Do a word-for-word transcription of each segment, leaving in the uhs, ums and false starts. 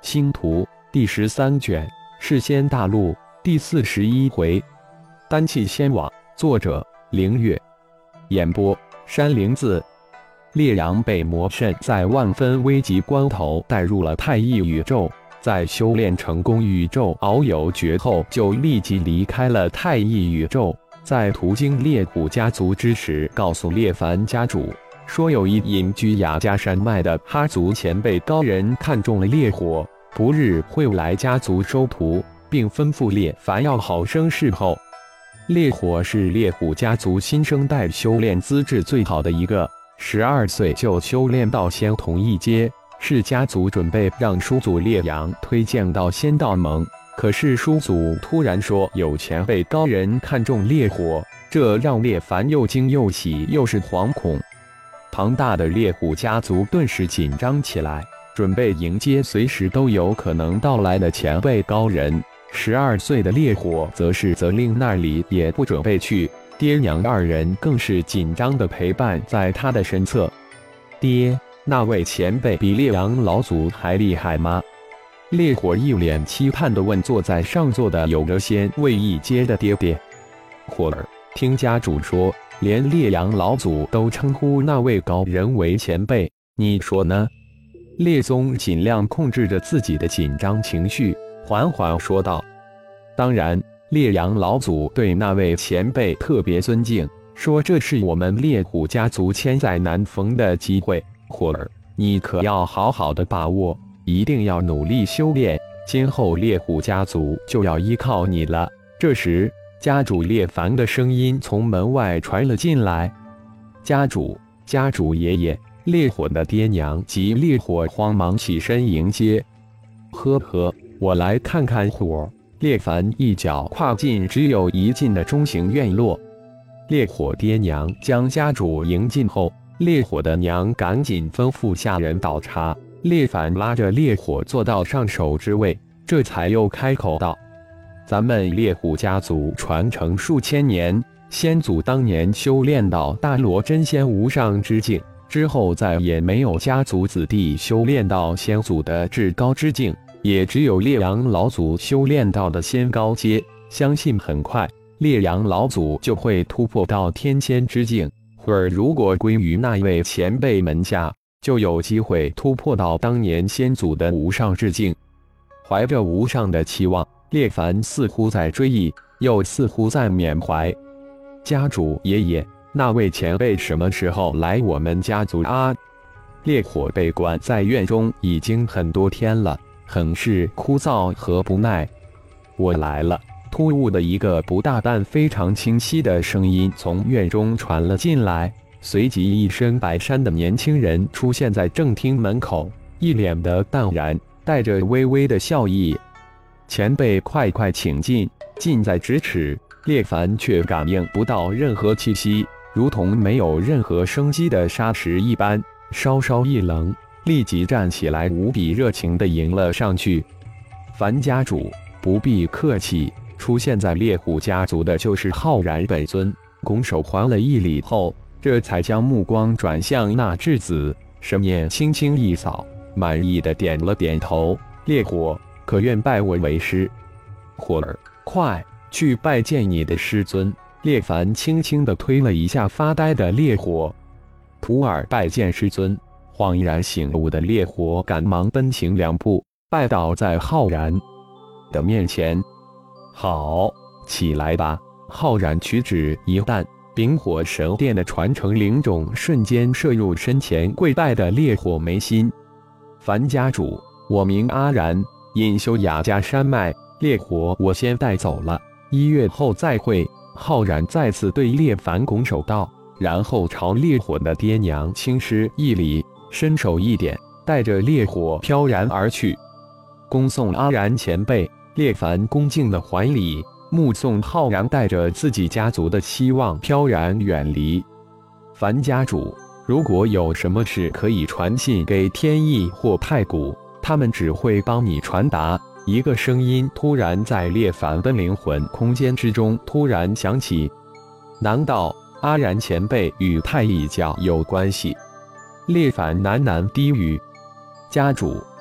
星图》第十三卷，世仙大陆第四十一回，丹气仙网。作者：凌月。演播：山灵子。烈阳被魔圣在万分危急关头带入了太一宇宙，在修炼成功宇宙遨游绝后，就立即离开了太一宇宙。在途经烈虎家族之时，告诉烈凡家主说，有一隐居雅加山脉的哈族前辈高人看中了烈火，不日会来家族收徒，并吩咐烈凡要好生侍候。烈火是烈虎家族新生代修炼资质最好的一个，十二岁就修炼到仙童一阶，是家族准备让叔祖烈阳推荐到仙道盟。可是叔祖突然说有前辈高人看中烈火，这让烈凡又惊又喜又是惶恐。庞大的烈虎家族顿时紧张起来，准备迎接随时都有可能到来的前辈高人。十二岁的烈火则是责令那里也不准备去，爹娘二人更是紧张地陪伴在他的身侧。爹，那位前辈比烈阳老祖还厉害吗？烈火一脸期盼地问坐在上座的有着仙位一阶的爹爹。火儿，听家主说，连烈阳老祖都称呼那位高人为前辈，你说呢？烈宗尽量控制着自己的紧张情绪，缓缓说道：当然，烈阳老祖对那位前辈特别尊敬，说这是我们烈虎家族千载难逢的机会。火儿，你可要好好的把握，一定要努力修炼，今后烈虎家族就要依靠你了。这时，家主烈凡的声音从门外传了进来。家主，家主爷爷。烈火的爹娘及烈火慌忙起身迎接。呵呵，我来看看火。烈凡一脚跨进只有一进的中型院落。烈火爹娘将家主迎进后，烈火的娘赶紧吩咐下人倒茶。烈凡拉着烈火坐到上首之位，这才又开口道：咱们烈虎家族传承数千年，先祖当年修炼到大罗真仙无上之境，之后再也没有家族子弟修炼到先祖的至高之境，也只有烈阳老祖修炼到的仙高阶。相信很快烈阳老祖就会突破到天仙之境，会儿如果归于那位前辈门下，就有机会突破到当年先祖的无上之境。怀着无上的期望，烈凡似乎在追忆，又似乎在缅怀。家主爷爷，那位前辈什么时候来我们家族啊？烈火被关在院中已经很多天了，很是枯燥和不耐。我来了。突兀的一个不大但非常清晰的声音从院中传了进来，随即一身白衫的年轻人出现在正厅门口，一脸的淡然，带着微微的笑意。前辈快快请进，近在咫尺，烈凡却感应不到任何气息，如同没有任何生机的沙石一般，稍稍一愣，立即站起来，无比热情地迎了上去。樊家主，不必客气，出现在烈虎家族的就是浩然本尊。拱手还了一礼后，这才将目光转向那稚子，神念轻轻一扫，满意的点了点头。烈火，可愿拜我为师？火儿，快去拜见你的师尊。烈凡轻轻地推了一下发呆的烈火。徒儿拜见师尊。恍然醒悟的烈火赶忙奔行两步，拜倒在浩然的面前。好，起来吧。浩然屈指一弹，丙火神殿的传承灵种瞬间射入身前跪拜的烈火眉心。樊家主，我名阿然，隐修雅加山脉。烈火我先带走了，一月后再会。浩然再次对烈凡拱手道，然后朝烈火的爹娘轻施一礼，伸手一点，带着烈火飘然而去。恭送阿然前辈。烈凡恭敬地还礼，目送浩然带着自己家族的希望飘然远离。樊家主，如果有什么事可以传信给天意或太古，他们只会帮你传达。一个声音突然在烈凡的灵魂空间之中突然响起。难道阿然前辈与太一教有关系？烈凡喃喃低语。家主，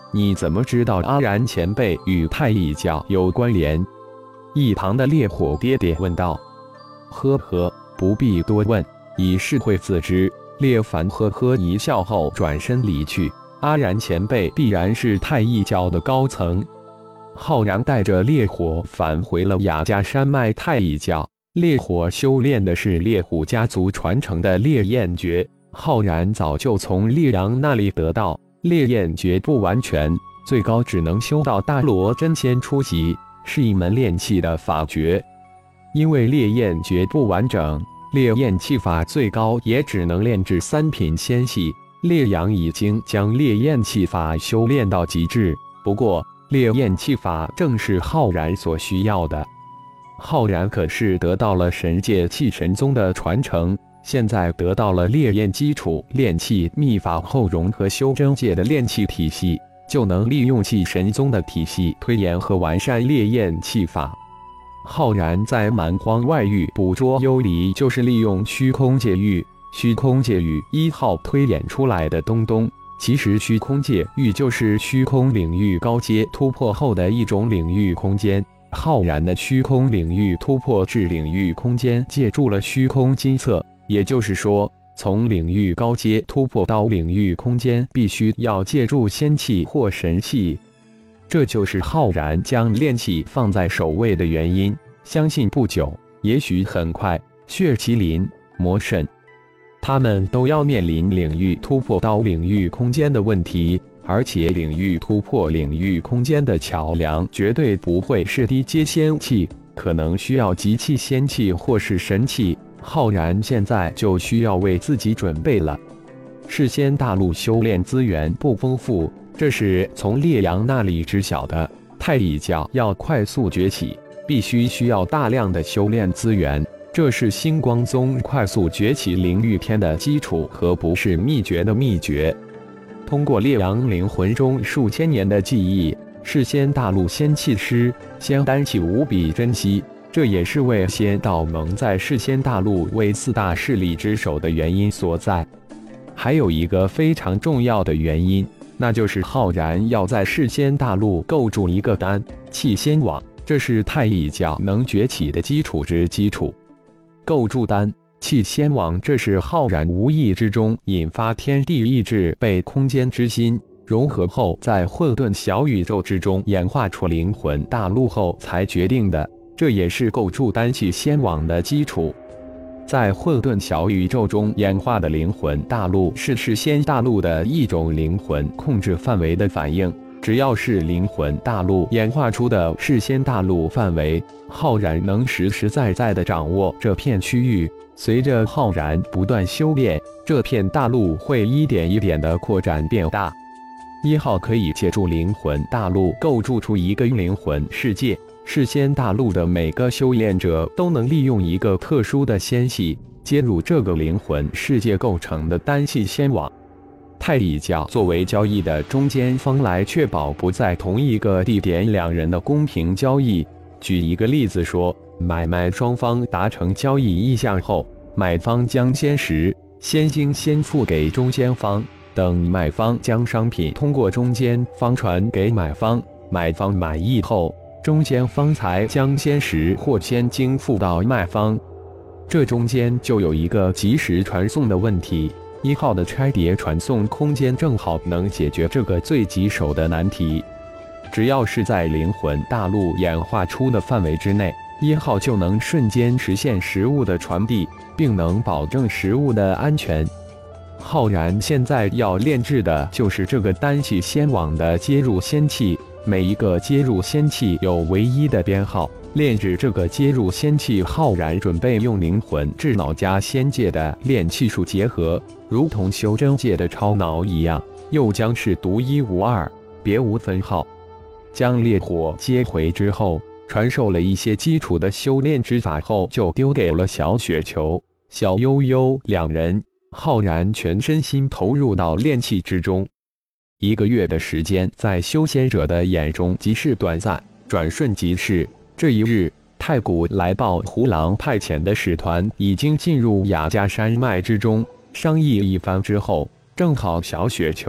你怎么知道阿然前辈与太乙教有关联？一旁的烈火爹爹问道。呵呵，不必多问，已是会自知。烈凡呵呵一笑后转身离去。阿然前辈必然是太乙教的高层。浩然带着烈火返回了雅加山脉太乙教。烈火修炼的是烈虎家族传承的烈焰诀，浩然早就从烈阳那里得到。烈焰诀不完全，最高只能修到大罗真仙初级，是一门炼气的法诀。因为烈焰诀不完整，烈焰气法最高也只能炼至三品仙系。烈阳已经将烈焰气法修炼到极致，不过烈焰气法正是浩然所需要的。浩然可是得到了神界气神宗的传承，现在得到了烈焰基础炼气秘法后，融合修真界的炼气体系，就能利用气神宗的体系推演和完善烈焰气法。浩然在蛮荒外域捕捉幽离，就是利用虚空界域、虚空界域一号推演出来的东东。其实虚空界域就是虚空领域高阶突破后的一种领域空间。浩然的虚空领域突破至领域空间，借助了虚空金册，也就是说，从领域高阶突破到领域空间，必须要借助仙气或神气。这就是浩然将炼气放在首位的原因。相信不久，也许很快，血麒麟、魔神，他们都要面临领域突破到领域空间的问题。而且领域突破领域空间的桥梁绝对不会是低阶仙气，可能需要极气仙气或是神气。浩然现在就需要为自己准备了。世仙大陆修炼资源不丰富，这是从烈阳那里知晓的。太乙教要快速崛起，必须需要大量的修炼资源，这是星光宗快速崛起灵域天的基础和不是秘诀的秘诀。通过烈阳灵魂中数千年的记忆，世仙大陆仙气师仙丹气无比珍惜，这也是为仙道盟在世仙大陆为四大势力之首的原因所在。还有一个非常重要的原因，那就是浩然要在世仙大陆构筑一个丹气仙网，这是太乙教能崛起的基础之基础。构筑丹气仙网，这是浩然无意之中引发天地意志被空间之心融合后，在混沌小宇宙之中演化出灵魂大陆后才决定的，这也是构筑丹气仙网的基础。在混沌小宇宙中演化的灵魂大陆是世仙大陆的一种灵魂控制范围的反应，只要是灵魂大陆演化出的世仙大陆范围，浩然能实实在在地掌握这片区域。随着浩然不断修炼，这片大陆会一点一点地扩展变大。一号可以借助灵魂大陆构筑出一个灵魂世界，世仙大陆的每个修炼者都能利用一个特殊的仙系接入这个灵魂世界构成的丹气仙网。太乙教作为交易的中间方，来确保不在同一个地点两人的公平交易。举一个例子说，买卖双方达成交易意向后，买方将仙石、仙晶先付给中间方，等买方将商品通过中间方传给买方，买方满意后，中间方才将仙石或仙晶付到卖方。这中间就有一个即时传送的问题，一号的拆碟传送空间正好能解决这个最棘手的难题。只要是在灵魂大陆演化出的范围之内，一号就能瞬间实现食物的传递，并能保证食物的安全。浩然现在要炼制的就是这个丹气仙网的接入仙气，每一个接入仙气有唯一的编号。炼制这个接入仙气，浩然准备用灵魂智脑加仙界的炼气术结合，如同修真界的超脑一样，又将是独一无二，别无分号。将烈火接回之后，传授了一些基础的修炼之法后，就丢给了小雪球、小悠悠两人。浩然全身心投入到炼气之中。一个月的时间，在修仙者的眼中即是短暂，转瞬即逝。这一日，太古来报胡狼派遣的使团已经进入雅加山脉之中，商议一番之后，正好小雪球、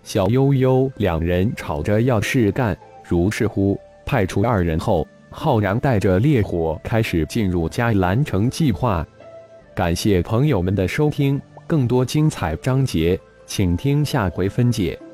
小悠悠两人吵着要事干，如是乎派出二人后，浩然带着烈火开始进入迦兰城计划。感谢朋友们的收听，更多精彩章节，请听下回分解。